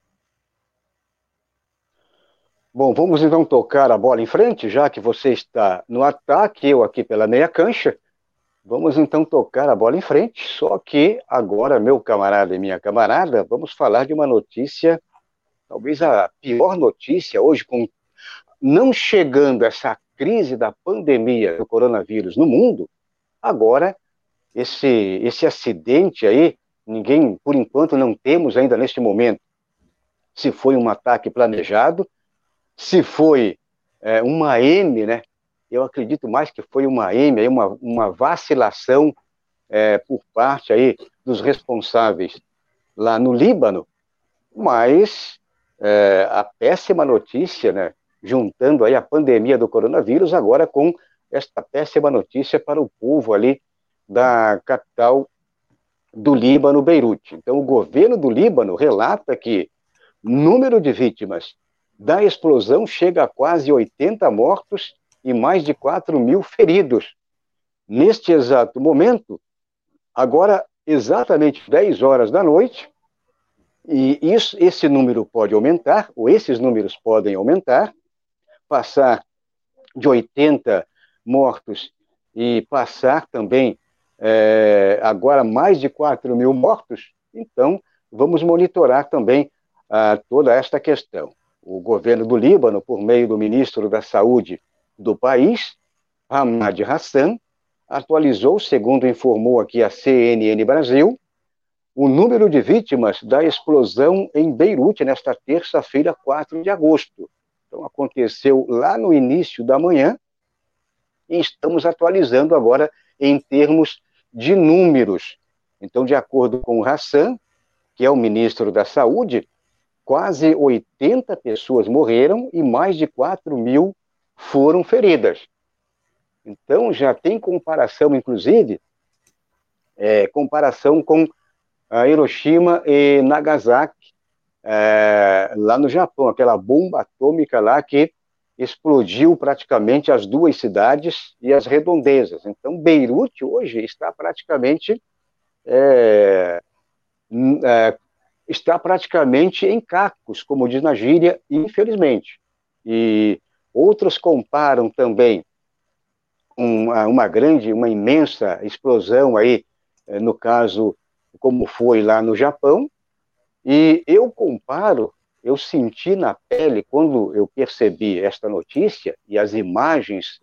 Bom, vamos então tocar a bola em frente, já que você está no ataque, eu aqui pela meia cancha. Vamos então tocar a bola em frente, só que agora, meu camarada e minha camarada, vamos falar de uma notícia, talvez a pior notícia hoje, não chegando essa crise da pandemia do coronavírus no mundo. Agora, esse acidente aí, ninguém, por enquanto, não temos ainda neste momento se foi um ataque planejado, se foi uma M, né? Eu acredito mais que foi uma M, aí uma vacilação por parte aí dos responsáveis lá no Líbano, mas a péssima notícia, né? Juntando aí a pandemia do coronavírus agora com esta péssima notícia para o povo ali da capital do Líbano, Beirute. Então, o governo do Líbano relata que o número de vítimas da explosão chega a quase 80 mortos e mais de 4.000 feridos. Neste exato momento, agora exatamente 10 horas da noite, e esse número pode aumentar, ou esses números podem aumentar, passar de 80 mortos e passar também agora mais de 4.000 mortos. Então, vamos monitorar também toda esta questão. O governo do Líbano, por meio do ministro da Saúde do país, Hamad Hassan, atualizou, segundo informou aqui a CNN Brasil, o número de vítimas da explosão em Beirute nesta terça-feira, 4 de agosto. Então, aconteceu lá no início da manhã e estamos atualizando agora em termos de números. Então, de acordo com o Hassan, que é o ministro da Saúde, quase 80 pessoas morreram e mais de 4.000 foram feridas. Então, já tem comparação, inclusive, comparação com Hiroshima e Nagasaki, lá no Japão, aquela bomba atômica lá que explodiu praticamente as duas cidades e as redondezas. Então, Beirute hoje está praticamente em cacos, como diz na gíria, infelizmente. E outros comparam também uma imensa explosão aí, no caso, como foi lá no Japão, e eu senti na pele, quando eu percebi esta notícia, e as imagens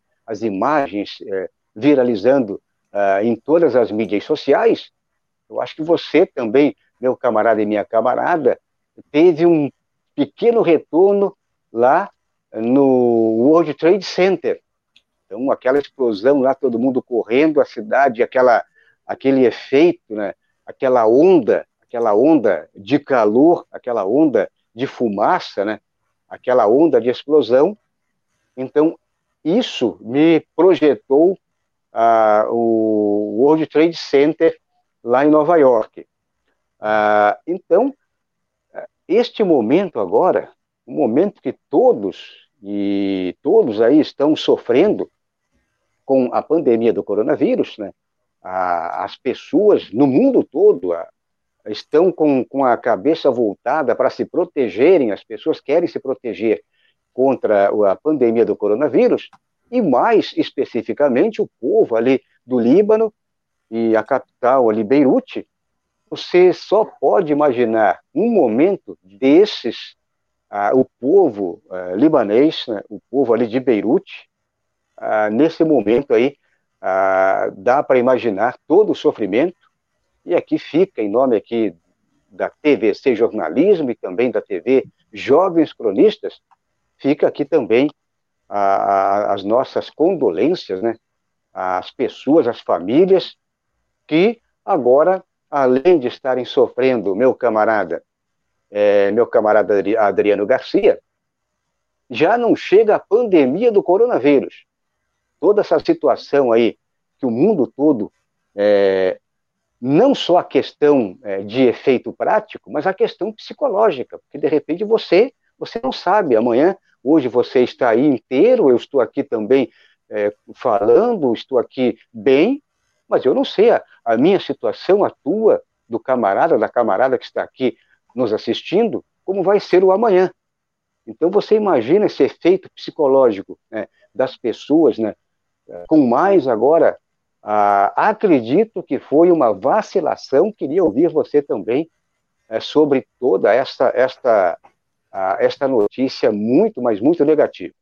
viralizando em todas as mídias sociais, eu acho que você também, meu camarada e minha camarada, teve um pequeno retorno lá no World Trade Center. Então, aquela explosão lá, todo mundo correndo, a cidade, aquele efeito, né? aquela onda de calor, aquela onda de fumaça, né? Aquela onda de explosão. Então, isso me projetou o World Trade Center lá em Nova York. Então, este momento agora, um momento que todos aí estão sofrendo com a pandemia do coronavírus, né? As pessoas no mundo todo estão com a cabeça voltada para se protegerem, as pessoas querem se proteger contra a pandemia do coronavírus, e mais especificamente o povo ali do Líbano e a capital ali, Beirute. Você só pode imaginar um momento desses, o povo libanês, né, o povo ali de Beirute, nesse momento aí, dá para imaginar todo o sofrimento. E aqui fica, em nome aqui da TVC Jornalismo e também da TV Jovens Cronistas, fica aqui também as nossas condolências, né, às pessoas, às famílias que agora, além de estarem sofrendo, meu camarada Adriano Garcia, já não chega a pandemia do coronavírus. Toda essa situação aí que o mundo todo, não só a questão de efeito prático, mas a questão psicológica, porque de repente você não sabe, hoje você está aí inteiro, eu estou aqui também falando, estou aqui bem, mas eu não sei a minha situação, a tua, da camarada que está aqui nos assistindo, como vai ser o amanhã. Então você imagina esse efeito psicológico, né, das pessoas, né, com mais agora, acredito que foi uma vacilação. Queria ouvir você também sobre toda esta notícia muito, mas muito negativa.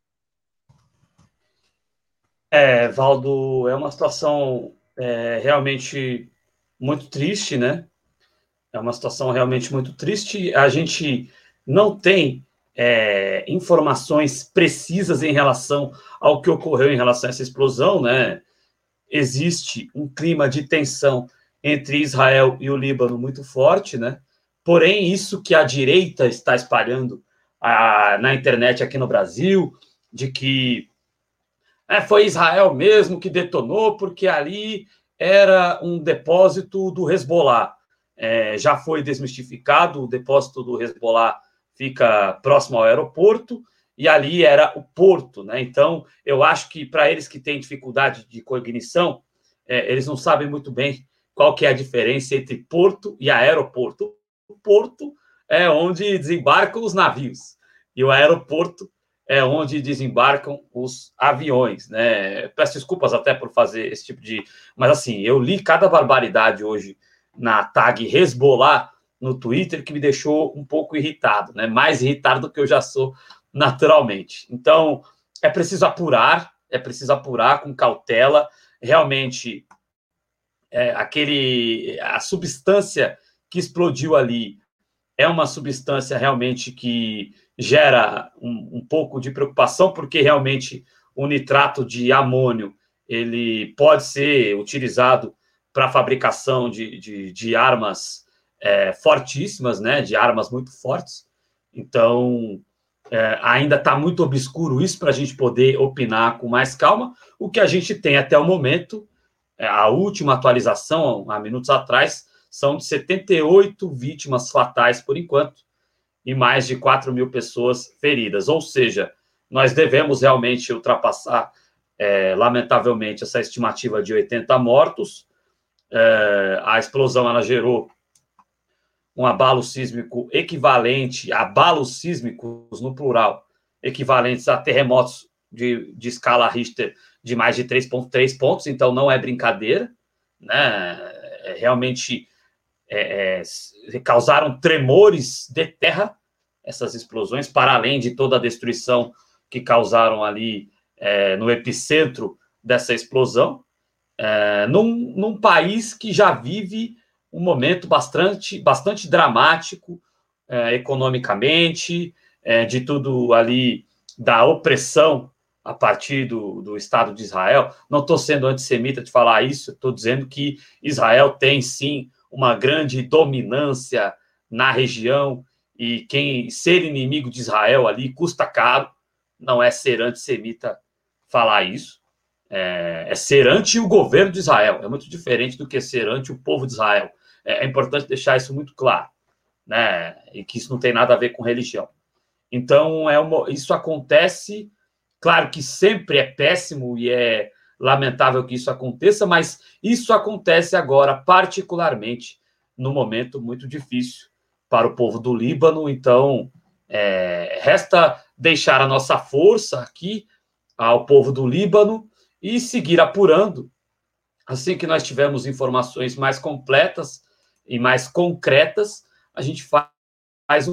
Valdo, é uma situação realmente muito triste, né? É uma situação realmente muito triste. A gente não tem informações precisas em relação ao que ocorreu em relação a essa explosão, né? Existe um clima de tensão entre Israel e o Líbano muito forte, né? Porém, isso que a direita está espalhando na internet aqui no Brasil, de que foi Israel mesmo que detonou, porque ali era um depósito do Hezbollah. Já foi desmistificado, o depósito do Hezbollah fica próximo ao aeroporto, e ali era o porto, né? Então, eu acho que para eles que têm dificuldade de cognição, eles não sabem muito bem qual que é a diferença entre porto e aeroporto. O porto é onde desembarcam os navios, e o aeroporto é onde desembarcam os aviões, né? Peço desculpas até por fazer esse tipo de... Mas, assim, eu li cada barbaridade hoje na tag Hezbollah no Twitter que me deixou um pouco irritado, né? Mais irritado do que eu já sou naturalmente. Então, é preciso apurar com cautela. Realmente, a substância que explodiu ali é uma substância realmente que gera um pouco de preocupação, porque realmente o nitrato de amônio ele pode ser utilizado para a fabricação de armas fortíssimas, né, de armas muito fortes. Então, ainda está muito obscuro isso para a gente poder opinar com mais calma. O que a gente tem até o momento, a última atualização, há minutos atrás, são de 78 vítimas fatais por enquanto e mais de 4 mil pessoas feridas. Ou seja, nós devemos realmente ultrapassar, lamentavelmente, essa estimativa de 80 mortos. A explosão ela gerou um abalo sísmico equivalente, abalos sísmicos no plural, equivalentes a terremotos de escala Richter de mais de 3,3 pontos, então não é brincadeira, né? Realmente causaram tremores de terra, essas explosões, para além de toda a destruição que causaram ali no epicentro dessa explosão, num país que já vive um momento bastante dramático economicamente, de tudo ali, da opressão a partir do Estado de Israel. Não estou sendo antissemita de falar isso, estou dizendo que Israel tem, sim, uma grande dominância na região, e quem ser inimigo de Israel ali custa caro. Não é ser antissemita falar isso, é ser anti o governo de Israel. É muito diferente do que ser anti o povo de Israel. É importante deixar isso muito claro, né? E que isso não tem nada a ver com religião. Então, isso acontece, claro que sempre é péssimo e é lamentável que isso aconteça, mas isso acontece agora, particularmente, num momento muito difícil para o povo do Líbano. Então, resta deixar a nossa força aqui ao povo do Líbano e seguir apurando. Assim que nós tivermos informações mais completas e mais concretas, a gente faz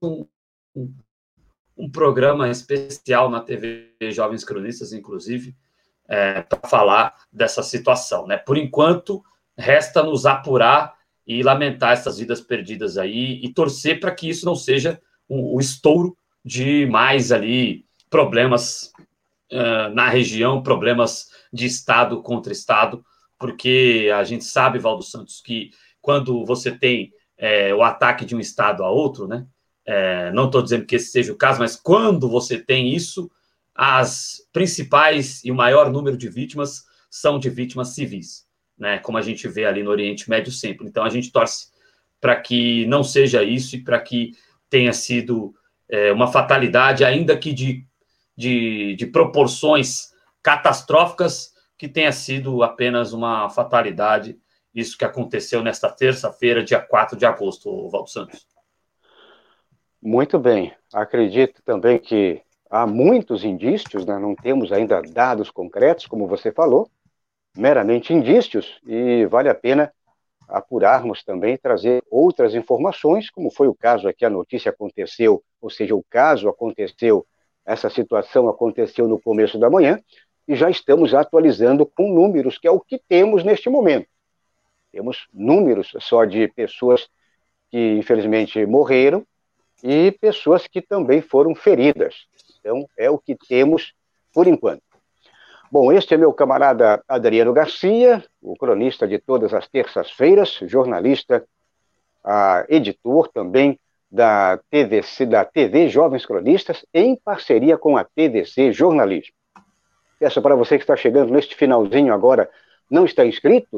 um programa especial na TV Jovens Cronistas, inclusive, para falar dessa situação, né? Por enquanto, resta nos apurar e lamentar essas vidas perdidas aí e torcer para que isso não seja o estouro de mais ali problemas na região, problemas de Estado contra Estado, porque a gente sabe, Valdo Santos, que quando você tem o ataque de um Estado a outro, né? Não estou dizendo que esse seja o caso, mas quando você tem isso, as principais e o maior número de vítimas são de vítimas civis, né? Como a gente vê ali no Oriente Médio sempre. Então, a gente torce para que não seja isso e para que tenha sido uma fatalidade, ainda que de proporções catastróficas, que tenha sido apenas uma fatalidade, isso que aconteceu nesta terça-feira, dia 4 de agosto, Valdo Santos. Muito bem. Acredito também que há muitos indícios, né? Não temos ainda dados concretos, como você falou, meramente indícios, e vale a pena apurarmos também, trazer outras informações, como foi o caso aqui, a notícia aconteceu, ou seja, o caso aconteceu, essa situação aconteceu no começo da manhã, e já estamos atualizando com números, que é o que temos neste momento. Temos números só de pessoas que, infelizmente, morreram, e pessoas que também foram feridas. Então, é o que temos por enquanto. Bom, este é meu camarada Adriano Garcia, o cronista de todas as terças-feiras, jornalista, editor também da TV Jovens Cronistas, em parceria com a TVC Jornalismo. Peço para você que está chegando neste finalzinho agora, não está inscrito?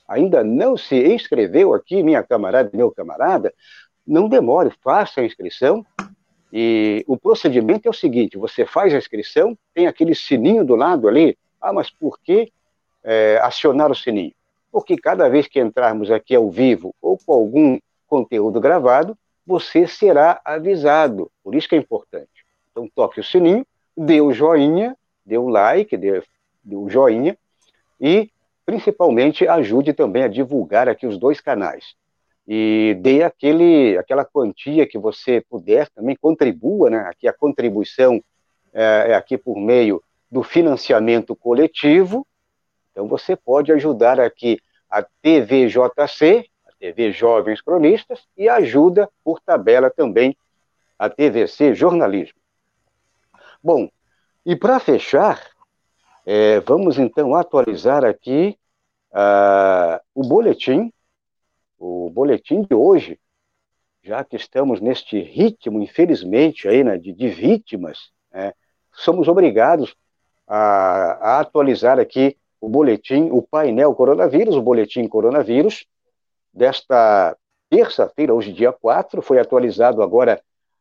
ainda não se inscreveu aqui, minha camarada e meu camarada, não demore, faça a inscrição. E o procedimento é o seguinte: você faz a inscrição, tem aquele sininho do lado ali. Ah, mas por que acionar o sininho? Porque cada vez que entrarmos aqui ao vivo ou com algum conteúdo gravado, você será avisado. Por isso que é importante. Então, toque o sininho, dê o joinha, dê o like, dê o joinha e, principalmente, ajude também a divulgar aqui os dois canais. E dê aquela quantia que você puder, também contribua, né? Aqui a contribuição é aqui por meio do financiamento coletivo. Então você pode ajudar aqui a TVJC, a TV Jovens Cronistas, e ajuda por tabela também a TVC Jornalismo. Bom, e para fechar, vamos então atualizar aqui o boletim de hoje, já que estamos neste ritmo, infelizmente, aí, né, de vítimas, somos obrigados a atualizar aqui o boletim, o painel coronavírus, o boletim coronavírus, desta terça-feira, hoje dia 4, foi atualizado agora,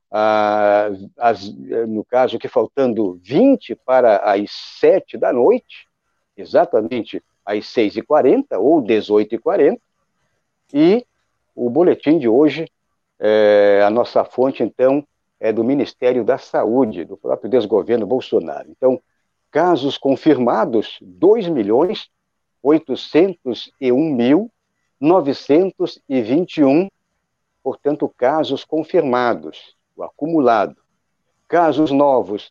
no caso aqui, faltando 20 para as 7 da noite, exatamente às 6h40 ou 18h40, e o boletim de hoje, a nossa fonte, então, é do Ministério da Saúde, do próprio desgoverno Bolsonaro. Então, casos confirmados, 2.801.921, portanto, casos confirmados, o acumulado. Casos novos,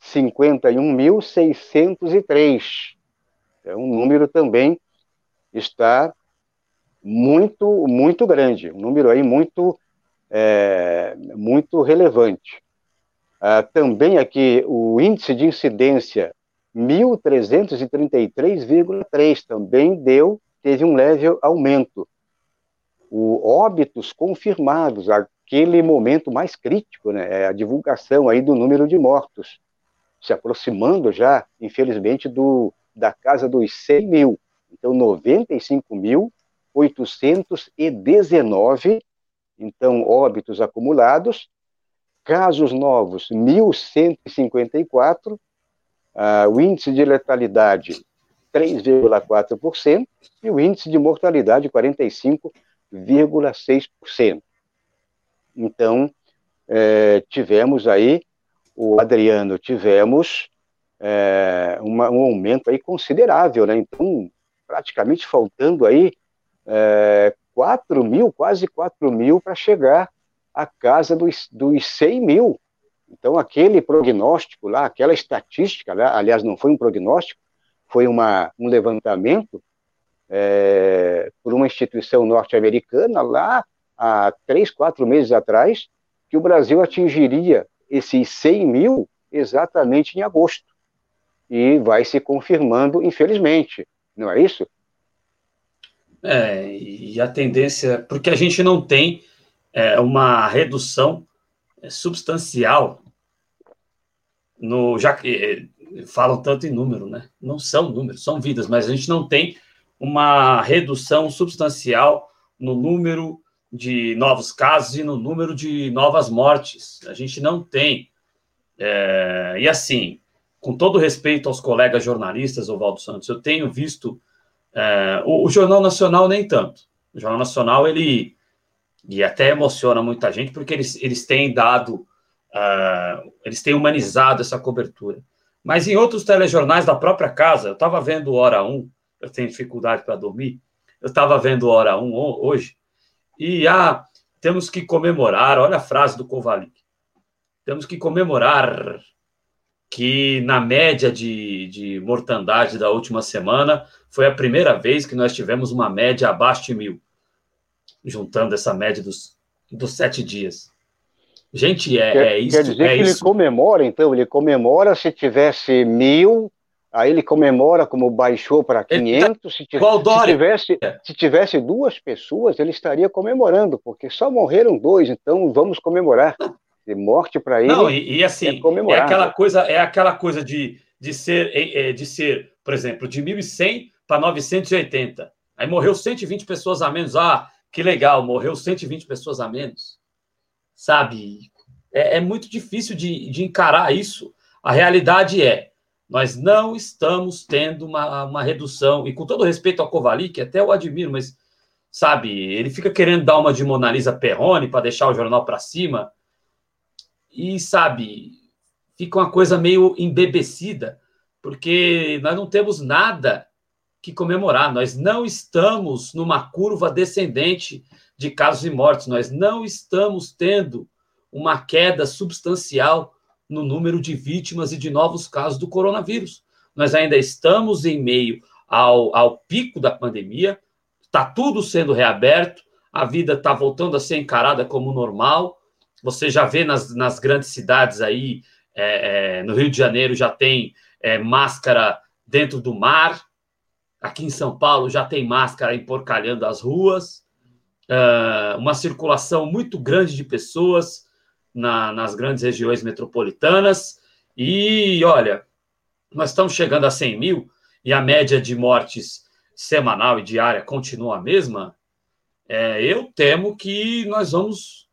51.603. Então, o número também está muito, muito grande, um número aí muito relevante. Também aqui o índice de incidência 1.333,3 também teve um leve aumento. O óbitos confirmados, aquele momento mais crítico, né, a divulgação aí do número de mortos, se aproximando já, infelizmente, da casa dos 100 mil. Então, 95.819, então, óbitos acumulados. Casos novos, 1.154, o índice de letalidade, 3,4%, e o índice de mortalidade, 45,6%. Então, tivemos aí, o Adriano, um aumento aí considerável, né? Então, praticamente faltando aí 4 mil, quase 4 mil para chegar à casa dos 100 mil. Então, aquele prognóstico lá, aquela estatística lá, aliás, não foi um prognóstico, foi um levantamento por uma instituição norte-americana lá há 3, 4 meses atrás, que o Brasil atingiria esses 100 mil exatamente em agosto. E vai se confirmando, infelizmente, não é isso? E a tendência, porque a gente não tem uma redução substancial, já que falam tanto em número, né? Não são números, são vidas, mas a gente não tem uma redução substancial no número de novos casos e no número de novas mortes. A gente não tem. E assim, com todo respeito aos colegas jornalistas, Oswaldo Santos, eu tenho visto o Jornal Nacional nem tanto. O Jornal Nacional, ele até emociona muita gente, porque eles têm dado, eles têm humanizado essa cobertura. Mas em outros telejornais da própria casa, eu estava vendo Hora 1, eu tenho dificuldade para dormir, eu estava vendo Hora 1 hoje, e temos que comemorar, olha a frase do Kovalik, temos que comemorar que na média de mortandade da última semana foi a primeira vez que nós tivemos uma média abaixo de 1.000, juntando essa média dos 7 dias. Gente, isso. Quer dizer que ele comemora, então, ele comemora se tivesse 1.000, aí ele comemora como baixou para 500, se tivesse 2 pessoas, ele estaria comemorando, porque só morreram 2, então vamos comemorar. De morte para ele. Não, assim, é aquela coisa de ser, por exemplo, de 1.100 para 980. Aí morreu 120 pessoas a menos. Ah, que legal, morreu 120 pessoas a menos. Sabe? É muito difícil de encarar isso. A realidade é, nós não estamos tendo uma redução, e com todo respeito ao Covali, que até eu admiro, mas, sabe, ele fica querendo dar uma de Mona Lisa Perrone para deixar o jornal para cima, e, sabe, fica uma coisa meio embebecida, porque nós não temos nada que comemorar, nós não estamos numa curva descendente de casos e mortes, nós não estamos tendo uma queda substancial no número de vítimas e de novos casos do coronavírus. Nós ainda estamos em meio ao pico da pandemia, está tudo sendo reaberto, a vida está voltando a ser encarada como normal. Você já vê nas grandes cidades aí, no Rio de Janeiro já tem máscara dentro do mar, aqui em São Paulo já tem máscara emporcalhando as ruas, uma circulação muito grande de pessoas nas grandes regiões metropolitanas, e olha, nós estamos chegando a 100 mil, e a média de mortes semanal e diária continua a mesma. Eu temo que nós vamos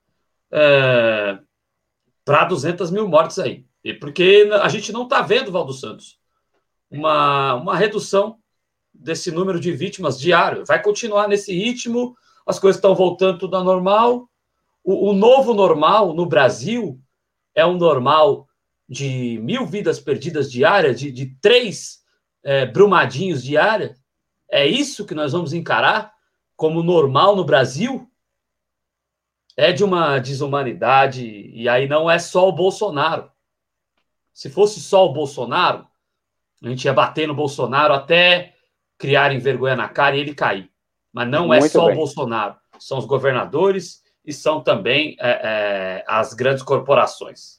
para 200 mil mortes aí, porque a gente não está vendo, Valdo Santos, uma redução desse número de vítimas diário. Vai continuar nesse ritmo, as coisas estão voltando tudo ao normal. O novo normal no Brasil é um normal de 1.000 vidas perdidas diárias, de 3 Brumadinhos diárias. É isso que nós vamos encarar como normal no Brasil? É de uma desumanidade, e aí não é só o Bolsonaro. Se fosse só o Bolsonaro, a gente ia bater no Bolsonaro até criarem vergonha na cara e ele cair. Mas não é só o Bolsonaro, são os governadores e são também as grandes corporações.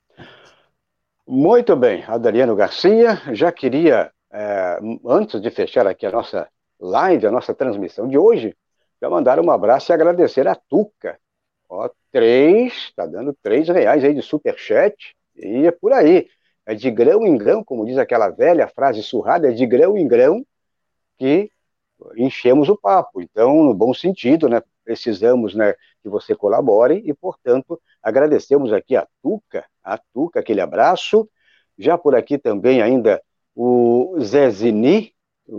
Muito bem, Adriano Garcia, já queria, antes de fechar aqui a nossa live, a nossa transmissão de hoje, já mandar um abraço e agradecer a Tuca. Ó, tá dando R$3 aí de superchat, e é por aí. É de grão em grão, como diz aquela velha frase surrada, é de grão em grão que enchemos o papo. Então, no bom sentido, né? Precisamos, né, que você colabore e, portanto, agradecemos aqui a Tuca, aquele abraço. Já por aqui também ainda o Zezini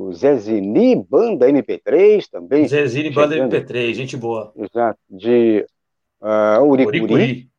Banda MP3 também. Zezini Banda MP3, gente boa. Exato, de Uricuri.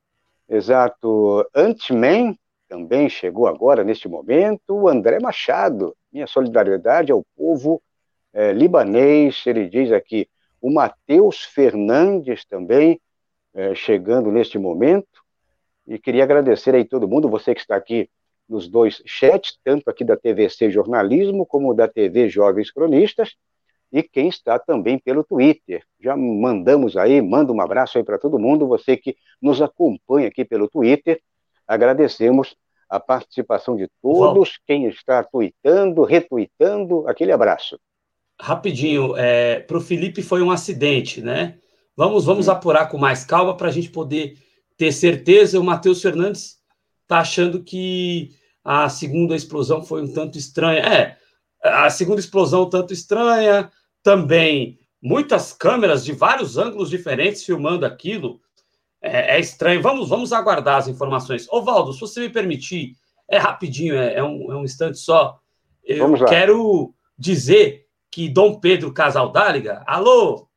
Exato, Ant-Man também chegou agora, neste momento. O André Machado, minha solidariedade ao povo libanês, ele diz aqui. O Matheus Fernandes também chegando neste momento. E queria agradecer aí todo mundo, você que está aqui nos 2 chats, tanto aqui da TVC Jornalismo, como da TV Jovens Cronistas, e quem está também pelo Twitter. Já mandamos aí, manda um abraço aí para todo mundo, você que nos acompanha aqui pelo Twitter, agradecemos a participação de todos, quem está tweetando, retuitando, aquele abraço. Rapidinho, para o Felipe foi um acidente, né? Vamos apurar com mais calma para a gente poder ter certeza. O Matheus Fernandes está achando que a segunda explosão foi um tanto estranha. A segunda explosão um tanto estranha, também muitas câmeras de vários ângulos diferentes filmando aquilo. É estranho. Vamos aguardar as informações. Valdo, se você me permitir, rapidinho, um instante só. Eu quero dizer que Dom Pedro Casaldáliga, alô,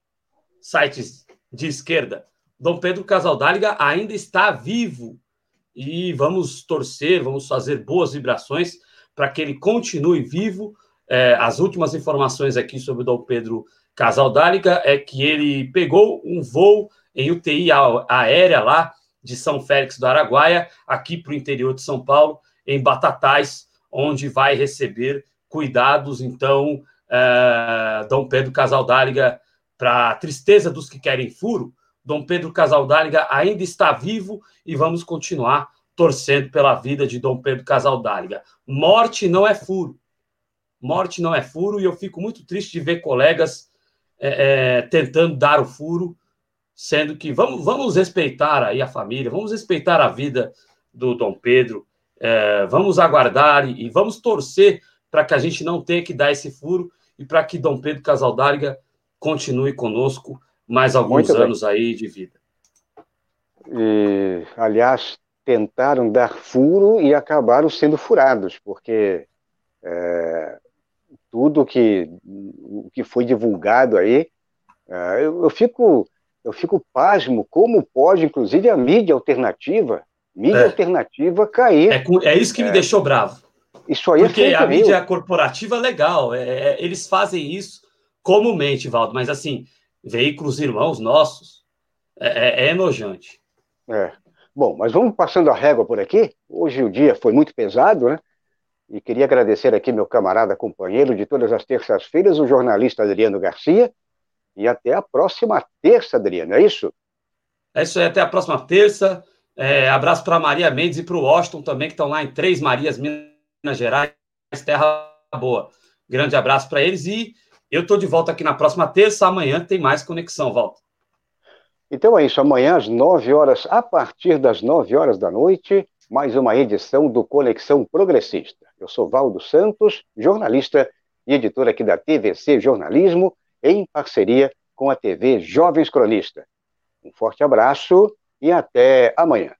sites de esquerda, Dom Pedro Casaldáliga ainda está vivo e vamos torcer, vamos fazer boas vibrações para que ele continue vivo. As últimas informações aqui sobre o Dom Pedro Casaldáliga é que ele pegou um voo em UTI aérea lá de São Félix do Araguaia, aqui para o interior de São Paulo, em Batatais, onde vai receber cuidados. Então, Dom Pedro Casaldáliga, para tristeza dos que querem furo, Dom Pedro Casaldáliga ainda está vivo e vamos continuar torcendo pela vida de Dom Pedro Casaldáliga. Morte não é furo. Morte não é furo, e eu fico muito triste de ver colegas tentando dar o furo, sendo que vamos respeitar aí a família, vamos respeitar a vida do Dom Pedro, vamos aguardar e vamos torcer para que a gente não tenha que dar esse furo e para que Dom Pedro Casaldáliga continue conosco mais alguns Muito bem. anos aí de vida. E, aliás, tentaram dar furo e acabaram sendo furados, porque tudo o que foi divulgado aí, eu fico pasmo como pode, inclusive, a mídia alternativa cair. É isso que me deixou bravo. Isso aí porque é fake a news. mídia corporativa é legal, eles fazem isso comumente, Valdo, mas assim, veículos irmãos nossos, é enojante. Bom, mas vamos passando a régua por aqui. Hoje o dia foi muito pesado, né? E queria agradecer aqui meu camarada companheiro de todas as terças-feiras, o jornalista Adriano Garcia. E até a próxima terça, Adriano, é isso? É isso aí, até a próxima terça. Abraço para Maria Mendes e para o Washington também, que estão lá em Três Marias, Minas Gerais, terra boa. Grande abraço para eles e eu estou de volta aqui na próxima terça. Amanhã tem mais conexão, Walter. Então é isso, amanhã às 9 horas, a partir das 9 horas da noite, mais uma edição do Conexão Progressista. Eu sou Valdo Santos, jornalista e editor aqui da TVC Jornalismo, em parceria com a TV Jovens Cronista. Um forte abraço e até amanhã.